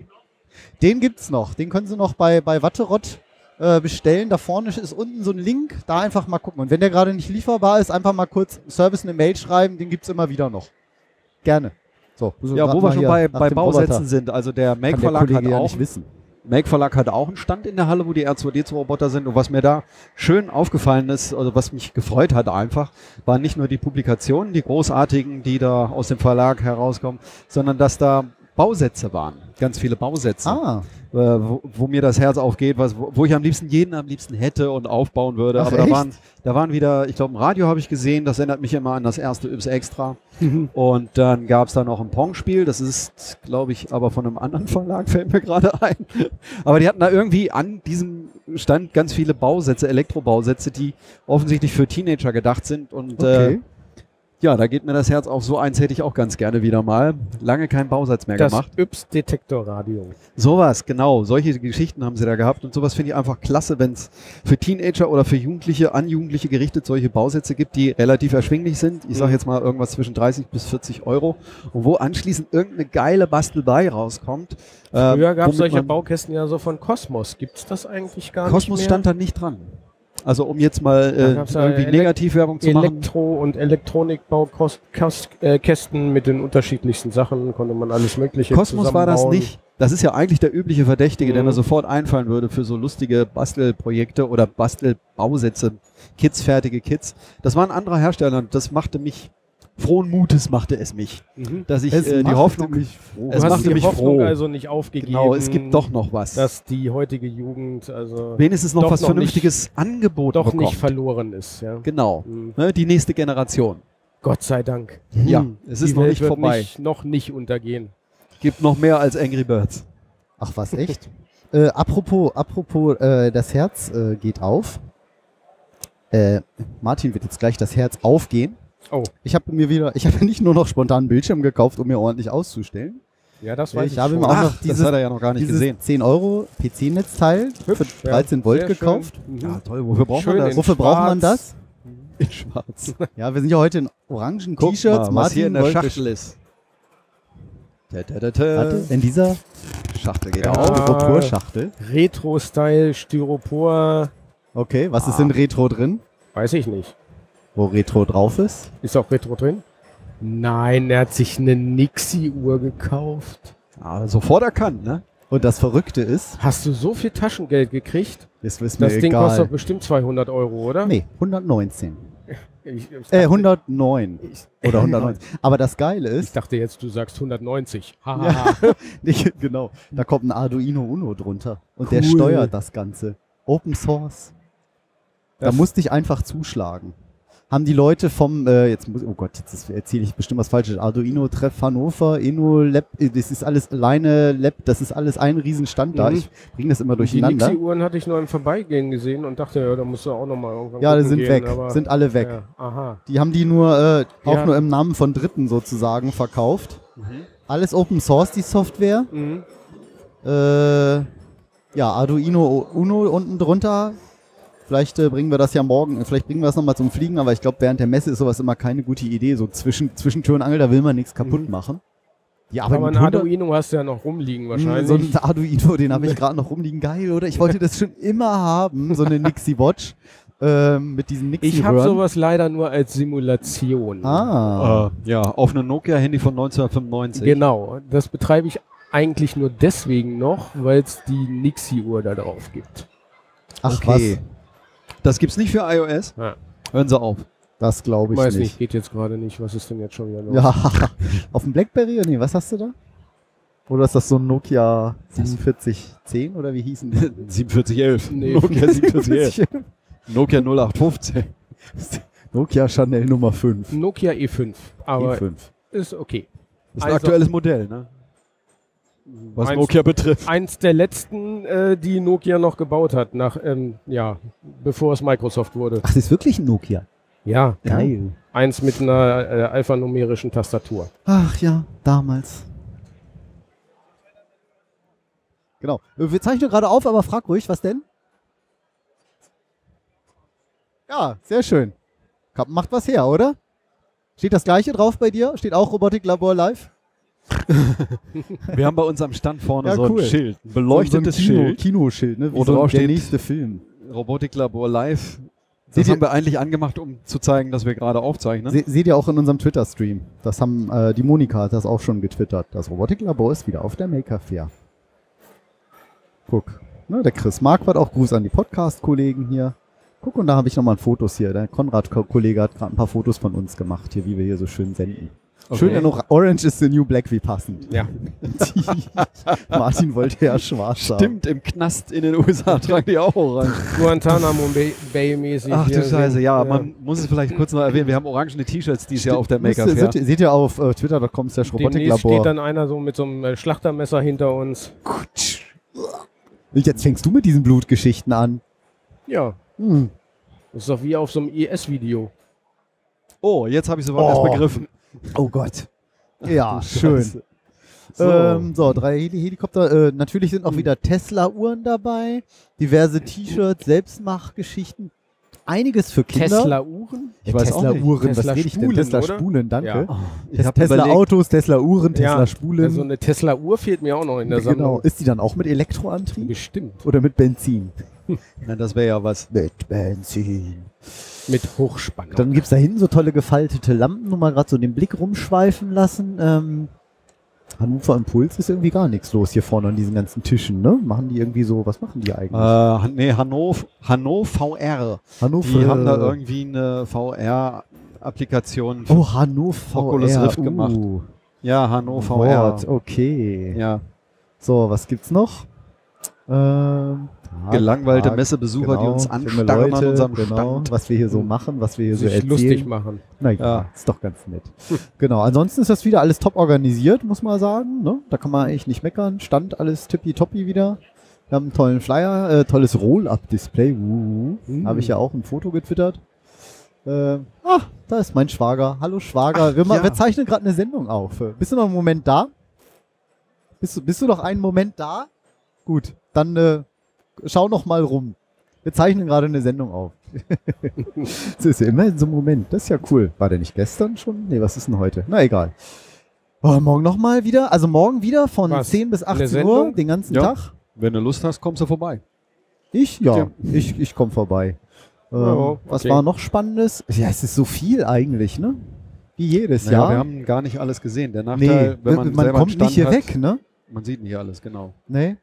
Speaker 1: Den gibt's noch. Den können Sie noch bei, bei Watterott äh, bestellen. Da vorne ist unten so ein Link. Da einfach mal gucken. Und wenn der gerade nicht lieferbar ist, einfach mal kurz Service eine Mail schreiben. Den gibt's immer wieder noch. Gerne. So, so
Speaker 3: Ja,
Speaker 1: grad
Speaker 3: wo wir
Speaker 1: mal
Speaker 3: schon
Speaker 1: hier
Speaker 3: bei,
Speaker 1: nach
Speaker 3: bei
Speaker 1: dem
Speaker 3: Bausätzen
Speaker 1: Roboter.
Speaker 3: sind. Also der
Speaker 1: Kann der
Speaker 3: Make-Verlag
Speaker 1: Kollege
Speaker 3: hat
Speaker 1: ja
Speaker 3: auch
Speaker 1: nicht wissen.
Speaker 3: Make Verlag hat auch einen Stand in der Halle, wo die R zwei D zwei Roboter sind. Und was mir da schön aufgefallen ist, also was mich gefreut hat einfach, waren nicht nur die Publikationen, die großartigen, die da aus dem Verlag herauskommen, sondern dass da Bausätze waren. Ganz viele Bausätze.
Speaker 1: Ah,
Speaker 3: Äh, wo, wo mir das Herz aufgeht, was, wo, wo ich am liebsten jeden am liebsten hätte und aufbauen würde.
Speaker 1: Ach,
Speaker 3: Aber da
Speaker 1: echt?
Speaker 3: waren, da waren wieder, ich glaube, im Radio habe ich gesehen, das erinnert mich immer an das erste Yps Extra. Und dann gab es da noch ein Pong-Spiel, das ist, glaube ich, aber von einem anderen Verlag, fällt mir gerade ein. Aber die hatten da irgendwie an diesem Stand ganz viele Bausätze, Elektrobausätze, die offensichtlich für Teenager gedacht sind. Und
Speaker 1: okay.
Speaker 3: äh, ja, da geht mir das Herz auf. So eins hätte ich auch ganz gerne wieder mal. Lange keinen Bausatz mehr
Speaker 2: Das
Speaker 3: gemacht.
Speaker 2: Yps-Detektorradio.
Speaker 3: Sowas, genau. Solche Geschichten haben sie da gehabt. Und sowas finde ich einfach klasse, wenn es für Teenager oder für Jugendliche, an Jugendliche gerichtet solche Bausätze gibt, die relativ erschwinglich sind. Ich sage
Speaker 2: Mhm.
Speaker 3: jetzt mal irgendwas zwischen dreißig bis vierzig Euro. Und wo anschließend irgendeine geile Bastelei rauskommt. äh,
Speaker 2: Früher gab es
Speaker 3: womit
Speaker 2: solche
Speaker 3: man-
Speaker 2: Baukästen ja so von Kosmos. Gibt es das eigentlich gar
Speaker 3: Kosmos
Speaker 2: nicht mehr?
Speaker 3: stand da nicht dran. Also um jetzt mal
Speaker 2: Da
Speaker 3: äh,
Speaker 2: gab's ja
Speaker 3: irgendwie
Speaker 2: Elek-
Speaker 3: Negativwerbung zu machen.
Speaker 2: Elektro- und Elektronikbaukästen mit den unterschiedlichsten Sachen, konnte man alles Mögliche
Speaker 3: Kosmos war das
Speaker 2: zusammenbauen.
Speaker 3: nicht. Das ist ja eigentlich der übliche Verdächtige, der
Speaker 2: Mhm.
Speaker 3: mir sofort einfallen würde für so lustige Bastelprojekte oder Bastelbausätze, Kits, fertige Kits. Das war ein anderer Hersteller und das machte mich, frohen Mutes machte es mich,
Speaker 2: Mhm.
Speaker 3: dass ich
Speaker 1: Es
Speaker 3: äh, die
Speaker 1: machte
Speaker 3: Hoffnung,
Speaker 1: mich froh.
Speaker 3: Es
Speaker 2: Du hast
Speaker 3: machte
Speaker 2: die
Speaker 3: mich
Speaker 2: Hoffnung
Speaker 3: froh.
Speaker 2: also nicht aufgegeben,
Speaker 3: genau, es gibt doch noch was.
Speaker 2: dass die heutige Jugend also
Speaker 3: Wenigstens noch
Speaker 2: doch
Speaker 3: was
Speaker 2: noch
Speaker 3: Vernünftiges angeboten
Speaker 2: doch
Speaker 3: bekommt.
Speaker 2: nicht verloren ist. Ja.
Speaker 3: Genau,
Speaker 2: Mhm.
Speaker 3: ne, die nächste Generation.
Speaker 2: Gott sei Dank.
Speaker 3: Ja,
Speaker 1: Hm.
Speaker 3: es ist
Speaker 2: die
Speaker 3: noch
Speaker 2: Welt
Speaker 3: nicht
Speaker 2: wird
Speaker 3: vorbei.
Speaker 2: Nicht, noch nicht untergehen.
Speaker 3: Gibt noch mehr als Angry Birds.
Speaker 1: Ach was, echt? äh, apropos, apropos, äh, das Herz äh, geht auf. Äh, Martin wird jetzt gleich das Herz aufgehen.
Speaker 2: Oh,
Speaker 1: Ich habe mir wieder, ich habe nicht nur noch spontan einen Bildschirm gekauft, um mir ordentlich auszustellen.
Speaker 2: ja, das
Speaker 1: Ja,
Speaker 2: weiß
Speaker 1: ich
Speaker 2: ich,
Speaker 1: habe
Speaker 2: schon.
Speaker 1: mir auch
Speaker 3: Ach,
Speaker 1: noch
Speaker 3: das
Speaker 1: dieses-
Speaker 3: hat er ja noch gar nicht
Speaker 1: Dieses
Speaker 3: gesehen.
Speaker 1: zehn Euro P C-Netzteil für
Speaker 2: Hübsch, ja.
Speaker 1: dreizehn Volt
Speaker 2: Sehr
Speaker 1: gekauft.
Speaker 2: schön. Mhm.
Speaker 3: Ja, toll. Wofür braucht
Speaker 2: Schön
Speaker 3: man das?
Speaker 2: in
Speaker 1: Wofür braucht man
Speaker 2: Schwarz.
Speaker 1: das?
Speaker 3: In schwarz.
Speaker 1: Ja, wir sind ja heute in orangen
Speaker 3: Guck
Speaker 1: T-Shirts.
Speaker 3: mal, was hier in der
Speaker 1: wollte-
Speaker 3: Schachtel ist. Da, da, da, da.
Speaker 1: Warte, in dieser
Speaker 3: Schachtel geht
Speaker 2: Ja.
Speaker 3: auf.
Speaker 1: Styropor-Schachtel.
Speaker 2: Retro-Style, Styropor,
Speaker 1: Okay, was ist
Speaker 3: Ah.
Speaker 1: in Retro drin?
Speaker 2: weiß ich nicht.
Speaker 1: Wo Retro drauf ist?
Speaker 2: Ist auch Retro drin? Nein, er hat sich eine Nixie-Uhr gekauft.
Speaker 3: Ah, sofort erkannt, ne?
Speaker 1: Und das Verrückte ist,
Speaker 2: Hast du so viel Taschengeld gekriegt?
Speaker 1: das ist mir
Speaker 2: Das Ding
Speaker 1: egal.
Speaker 2: kostet doch bestimmt zweihundert Euro, oder?
Speaker 1: Nee, hundertneunzehn.
Speaker 2: Ich, ich,
Speaker 1: Äh,
Speaker 2: dachte,
Speaker 1: hundertneun. Oder hundertneunzehn. Aber das Geile
Speaker 2: ich
Speaker 1: ist,
Speaker 2: dachte jetzt, du sagst hundertneunzig.
Speaker 1: Ja.
Speaker 2: Haha.
Speaker 1: nicht, genau, da kommt ein Arduino Uno drunter. Und der
Speaker 2: Cool.
Speaker 1: steuert das Ganze. Open Source. Da
Speaker 2: Das-
Speaker 1: musste ich einfach zuschlagen. Haben die Leute vom, äh, jetzt muss, oh Gott, jetzt erzähle ich bestimmt was Falsches. Arduino-Treff Hannover, Eno Lab, äh, das ist alles alleine Lab, das ist alles ein Riesenstand da.
Speaker 2: Mhm.
Speaker 1: Ich bringe das immer
Speaker 2: Die
Speaker 1: durcheinander.
Speaker 2: Nixie-Uhren hatte ich nur im Vorbeigehen gesehen und dachte, ja, da musst du auch nochmal irgendwann
Speaker 1: Ja, die
Speaker 2: gucken
Speaker 1: sind
Speaker 2: gehen,
Speaker 1: weg,
Speaker 2: aber-
Speaker 1: sind alle weg.
Speaker 2: Ja, aha.
Speaker 1: Die haben die nur, äh, auch
Speaker 2: Ja.
Speaker 1: nur im Namen von Dritten sozusagen verkauft. Alles Open Source, die Software.
Speaker 2: Mhm.
Speaker 1: Äh, Ja, Arduino Uno unten drunter. Vielleicht äh, bringen wir das ja morgen, vielleicht bringen wir das nochmal zum Fliegen, aber ich glaube, während der Messe ist sowas immer keine gute Idee. So zwischen, zwischen Tür und Angel, da will man nichts kaputt machen. Ja,
Speaker 2: aber ein Arduino hast du ja noch rumliegen wahrscheinlich.
Speaker 1: So ein Arduino, den habe ich gerade noch rumliegen. Geil, oder? Ich wollte das schon immer haben, so eine Nixie Watch ähm, mit diesen Nixie
Speaker 2: Ich habe sowas leider nur als Simulation.
Speaker 1: Ah.
Speaker 3: Äh, ja, auf einem Nokia-Handy von neunzehnhundertfünfundneunzig.
Speaker 2: Genau, das betreibe ich eigentlich nur deswegen noch, weil es die Nixie-Uhr da drauf gibt.
Speaker 1: Ach
Speaker 3: okay. Was? Das gibt's nicht für iOS?
Speaker 2: Ja.
Speaker 3: Hören Sie auf.
Speaker 1: Das glaube ich
Speaker 2: Weiß
Speaker 1: nicht.
Speaker 2: nicht, geht jetzt gerade nicht. Was ist denn jetzt schon wieder los?
Speaker 1: Ja, auf dem Blackberry? Nee, was hast du da? Oder ist das so ein Nokia siebenundvierzig zehn oder wie hießen die?
Speaker 3: siebenundvierzig elf.
Speaker 2: Nee.
Speaker 3: Nokia siebenundvierzig elf. Nokia null acht fünfzehn.
Speaker 1: Nokia Chanel Nummer fünf.
Speaker 2: Nokia E fünf. Aber
Speaker 1: E fünf.
Speaker 2: ist okay.
Speaker 3: Das ist ein
Speaker 2: Also-
Speaker 3: aktuelles Modell, ne? Was
Speaker 2: Eins-
Speaker 3: Nokia betrifft.
Speaker 2: Eins der letzten, äh, die Nokia noch gebaut hat, nach, ähm, ja, bevor es Microsoft wurde.
Speaker 1: Ach, das ist wirklich ein Nokia.
Speaker 2: Ja,
Speaker 1: Geil.
Speaker 2: eins mit einer äh, alphanumerischen Tastatur.
Speaker 1: Ach ja, damals. Genau. Wir zeichnen gerade auf, aber frag ruhig, was denn? Ja, sehr schön. Kap- Macht was her, oder? Steht das gleiche drauf bei dir? Steht auch Robotik Labor Live?
Speaker 3: Wir haben bei uns am Stand vorne
Speaker 1: Ja,
Speaker 3: so
Speaker 1: cool.
Speaker 3: ein Schild. Ein beleuctetes
Speaker 1: so ein Kino,
Speaker 3: Schild.
Speaker 1: Kinoschild, ne? Wie
Speaker 3: Wo
Speaker 1: so
Speaker 3: drauf
Speaker 1: der
Speaker 3: steht-
Speaker 1: nächste Film.
Speaker 3: Robotiklabor live. Das
Speaker 1: Seht ihr-
Speaker 3: haben wir eigentlich angemacht, um zu zeigen, dass wir gerade aufzeichnen.
Speaker 1: Se seht ihr auch in unserem Twitter-Stream. Das haben äh, die Monika hat das auch schon getwittert. Das Robotiklabor ist wieder auf der Maker Fair. Guck. Ne, der Chris Marquardt, auch Gruß an die Podcast-Kollegen hier. Guck, und da habe ich nochmal Fotos hier. Der Konrad-Kollege hat gerade ein paar Fotos von uns gemacht, hier, wie wir hier so schön senden.
Speaker 3: Okay.
Speaker 1: Schön ja noch, Orange is the new black, wie passend.
Speaker 2: Ja.
Speaker 1: Martin wollte ja schwarz haben.
Speaker 3: Stimmt, im Knast in den U S A tragen die auch orange.
Speaker 2: Guantanamo Bay- Bay-mäßig.
Speaker 3: Ach du
Speaker 2: hier
Speaker 3: Scheiße,
Speaker 2: sind,
Speaker 3: ja,
Speaker 2: äh,
Speaker 3: man muss es vielleicht kurz noch erwähnen. Wir haben orangene T-Shirts dieses Jahr auf der Maker
Speaker 1: Seht,
Speaker 3: Fair.
Speaker 1: seht, seht ihr auf äh, twitter punkt com slash
Speaker 2: Demnächst steht
Speaker 1: Robotiklabor.
Speaker 2: dann einer so mit so einem äh, Schlachtermesser hinter uns.
Speaker 1: Jetzt fängst du mit diesen Blutgeschichten an.
Speaker 2: Ja,
Speaker 1: Hm.
Speaker 2: das ist doch wie auf so einem I S-Video.
Speaker 3: Oh, jetzt habe ich soweit erst
Speaker 1: Oh.
Speaker 3: begriffen.
Speaker 1: Oh Gott. Ja, schön.
Speaker 3: Scheiße.
Speaker 1: So,
Speaker 3: So.
Speaker 1: ähm, so drei Heli Helikopter. Äh, natürlich sind auch wieder Tesla-Uhren dabei. Diverse T-Shirts, Selbstmachgeschichten. Einiges für Kinder.
Speaker 2: Tesla-Uhren?
Speaker 3: Ich weiß auch nicht.
Speaker 1: Tesla-Uhren, was rede ich denn?
Speaker 2: Tesla-Spulen,
Speaker 1: Tesla-Spulen, danke.
Speaker 2: Ja.
Speaker 3: Oh, ich
Speaker 1: Tes-
Speaker 3: hab überlegt,
Speaker 1: Tesla-Autos, Tesla-Uhren,
Speaker 2: Ja,
Speaker 1: Tesla-Spulen.
Speaker 2: Also eine Tesla-Uhr fehlt mir auch noch in der
Speaker 1: Genau.
Speaker 2: Sammlung.
Speaker 1: Ist die dann auch mit Elektroantrieb?
Speaker 2: Bestimmt.
Speaker 1: Oder mit Benzin?
Speaker 3: na, das wäre ja was.
Speaker 1: Mit Benzin.
Speaker 2: Mit Hochspannung.
Speaker 1: Dann gibt es da hinten so tolle gefaltete Lampen, nur mal gerade so den Blick rumschweifen lassen. Ähm, Hannover Impuls ist irgendwie gar nichts los hier vorne an diesen ganzen Tischen, ne? Machen die irgendwie so, was machen die eigentlich?
Speaker 3: Äh, Han- nee, Hannover, Hannover V R.
Speaker 1: Hannover.
Speaker 3: Die haben da irgendwie eine V R-Applikation.
Speaker 1: Oh, Hannover
Speaker 3: Oculus
Speaker 1: V R.
Speaker 3: Rift gemacht.
Speaker 1: Uh,
Speaker 3: Ja, Hannover V R.
Speaker 1: Wort, okay.
Speaker 3: Ja,
Speaker 1: So, was gibt's noch? Ähm, Tag,
Speaker 3: gelangweilte
Speaker 1: Tag,
Speaker 3: Messebesucher, die uns
Speaker 1: junge
Speaker 3: anstarren
Speaker 1: Leute,
Speaker 3: an unserem
Speaker 1: genau,
Speaker 3: Stand.
Speaker 1: was wir hier so machen, was wir hier so
Speaker 2: sich
Speaker 1: erzählen.
Speaker 2: lustig machen.
Speaker 1: Na ja,
Speaker 3: Ja.
Speaker 1: ist doch ganz nett. Genau, ansonsten ist das wieder alles top organisiert, muss man sagen. Ne? Da kann man eigentlich nicht meckern. Stand alles tippitoppi wieder. Wir haben einen tollen Flyer, äh, tolles Roll-Up-Display. Uh,
Speaker 2: Mm.
Speaker 1: Habe ich ja auch ein Foto getwittert. Äh, ah, da ist mein Schwager. Hallo Schwager. wir, ma-
Speaker 3: ja.
Speaker 1: wir zeichnen gerade eine Sendung auf. Bist du noch einen Moment da? Bist du, bist du noch einen Moment da? Gut, dann äh, schau noch mal rum. Wir zeichnen gerade eine Sendung auf. Das ist ja immer in so einem Moment. Das ist ja cool. War der nicht gestern schon? Nee, was ist denn heute? Na egal. Oh, morgen nochmal wieder. Also morgen wieder von
Speaker 2: Was?
Speaker 1: zehn bis
Speaker 2: Eine
Speaker 1: achtzehn Uhr,
Speaker 2: Sendung?
Speaker 1: den ganzen
Speaker 3: Ja.
Speaker 1: Tag.
Speaker 3: Wenn du Lust hast, kommst du vorbei.
Speaker 1: Ich? Ja,
Speaker 3: Ja.
Speaker 1: ich, ich komme vorbei. Ähm,
Speaker 2: Ja,
Speaker 1: Was
Speaker 2: okay.
Speaker 1: war noch Spannendes? Ja, es ist so viel eigentlich, ne? Wie jedes
Speaker 3: Naja,
Speaker 1: Jahr.
Speaker 3: wir haben gar nicht alles gesehen. Der
Speaker 1: nee,
Speaker 3: Nachteil, wenn man,
Speaker 1: man
Speaker 3: selber
Speaker 1: kommt
Speaker 3: einen Stand
Speaker 1: nicht hier
Speaker 3: hat,
Speaker 1: weg, ne?
Speaker 3: Man sieht nicht alles, genau.
Speaker 1: Nee.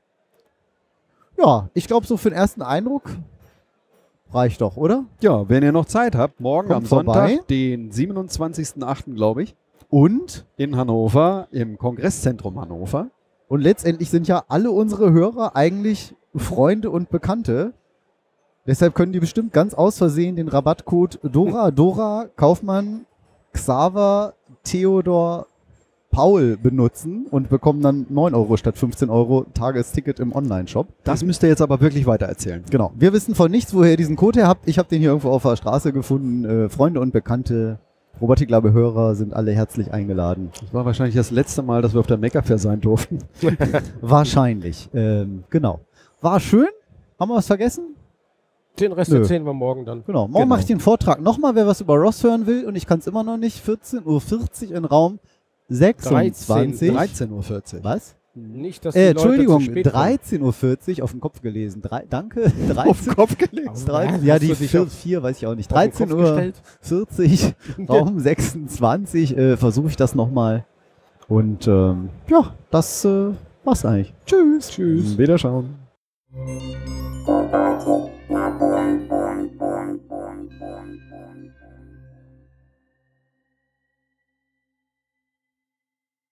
Speaker 1: Ja, ich glaube, so für den ersten Eindruck reicht doch, oder?
Speaker 3: Ja, wenn ihr noch Zeit habt, morgen
Speaker 1: Kommt
Speaker 3: am Sonntag,
Speaker 1: vorbei.
Speaker 3: den siebenundzwanzigsten achten, glaube ich,
Speaker 1: Und?
Speaker 3: in Hannover, im Kongresszentrum Hannover.
Speaker 1: Und letztendlich sind ja alle unsere Hörer eigentlich Freunde und Bekannte. Deshalb können die bestimmt ganz aus Versehen den Rabattcode Dora, Dora, Kaufmann, Xaver, Theodor, Paul benutzen und bekommen dann neun Euro statt fünfzehn Euro Tagesticket im Online-Shop.
Speaker 3: Das müsst ihr jetzt aber wirklich weiter erzählen.
Speaker 1: Genau. Wir wissen von nichts, woher ihr diesen Code her habt. Ich habe den hier irgendwo auf der Straße gefunden. Äh, Freunde und Bekannte, Robotiklabor-Hörer sind alle herzlich eingeladen.
Speaker 3: Das war wahrscheinlich das letzte Mal, dass wir auf der Maker Fair sein durften.
Speaker 1: Wahrscheinlich. Ähm, genau. war schön. Haben wir was vergessen?
Speaker 2: Den Rest
Speaker 1: Nö.
Speaker 2: erzählen wir morgen dann.
Speaker 1: Genau. Morgen
Speaker 3: Genau.
Speaker 1: mache ich den Vortrag nochmal, wer was über Ross hören will. Und ich kann es immer noch nicht. vierzehn Uhr vierzig in Raum sechsundzwanzig.
Speaker 3: dreizehn Uhr vierzig.
Speaker 1: Was?
Speaker 2: Nicht, dass die
Speaker 1: Äh,
Speaker 2: Leute
Speaker 1: Entschuldigung,
Speaker 2: zu spät kommen.
Speaker 1: dreizehn Uhr vierzig auf den Kopf gelesen. Drei, danke.
Speaker 3: Auf
Speaker 1: dreizehn,
Speaker 3: den Kopf gelegt.
Speaker 2: Auf-
Speaker 1: dreizehn,
Speaker 2: Hast
Speaker 1: ja,
Speaker 2: du
Speaker 1: die
Speaker 2: dich
Speaker 1: vier,
Speaker 2: auf-
Speaker 1: vier weiß ich auch nicht.
Speaker 2: auf den
Speaker 1: dreizehn
Speaker 2: Kopf
Speaker 1: Uhr
Speaker 2: gestellt?
Speaker 1: vierzig, Raum sechsundzwanzig, äh, versuche ich das nochmal. Und ähm, ja, das äh, war's eigentlich. Tschüss.
Speaker 2: Tschüss.
Speaker 3: Wiederschauen.
Speaker 4: Thank you.